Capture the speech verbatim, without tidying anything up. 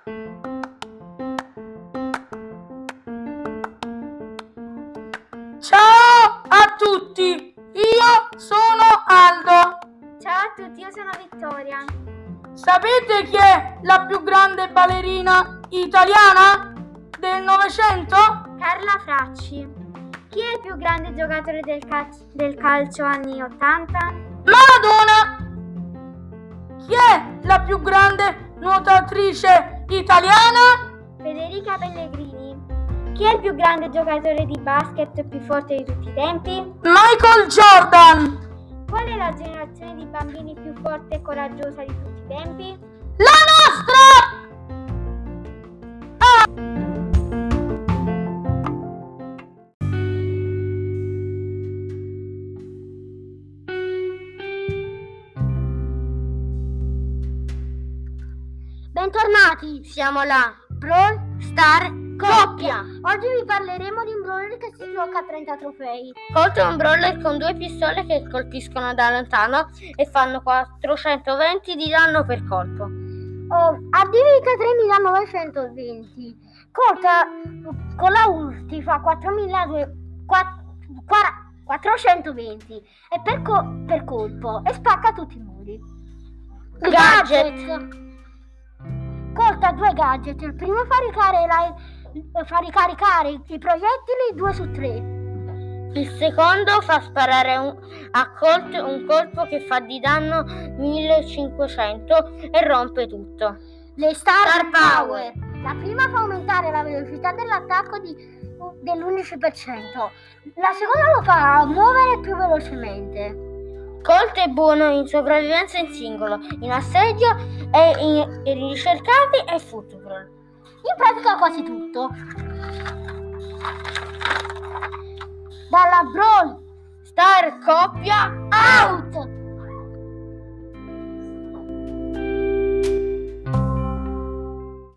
Ciao a tutti, io sono Aldo. Ciao a tutti, io sono Vittoria. Sapete chi è la più grande ballerina italiana del Novecento? Carla Fracci. Chi è il più grande giocatore del, cal- del calcio anni ottanta? Maradona. Chi è la più grande nuotatrice italiana? Federica Pellegrini. Chi è il più grande giocatore di basket più forte di tutti i tempi? Michael Jordan. Qual è la generazione di bambini più forte e coraggiosa di tutti i tempi? La nostra! Ah. Bentornati, siamo là, Brawl Star Coppia. Oggi vi parleremo di un brawler che si gioca a trenta trofei. Colt è un brawler con due pistole che colpiscono da lontano e fanno quattrocentoventi di danno per colpo. Oh, a D V K tre mi dà novecentoventi. Colt con la ulti fa quattrocentoventi e per, co- per colpo e spacca tutti i muri. Gadget. Colt ha due gadget. Il primo fa ricaricare, la, fa ricaricare i proiettili due su tre. Il secondo fa sparare un, a Colt un colpo che fa di danno millecinquecento e rompe tutto. Le Star, Star Power. La prima fa aumentare la velocità dell'attacco di, dell'undici per cento. La seconda lo fa muovere più velocemente. Colt è buono in sopravvivenza in singolo, in assedio e in, in ricercati e football. In pratica quasi tutto. Dalla Brawl Star Coppia out!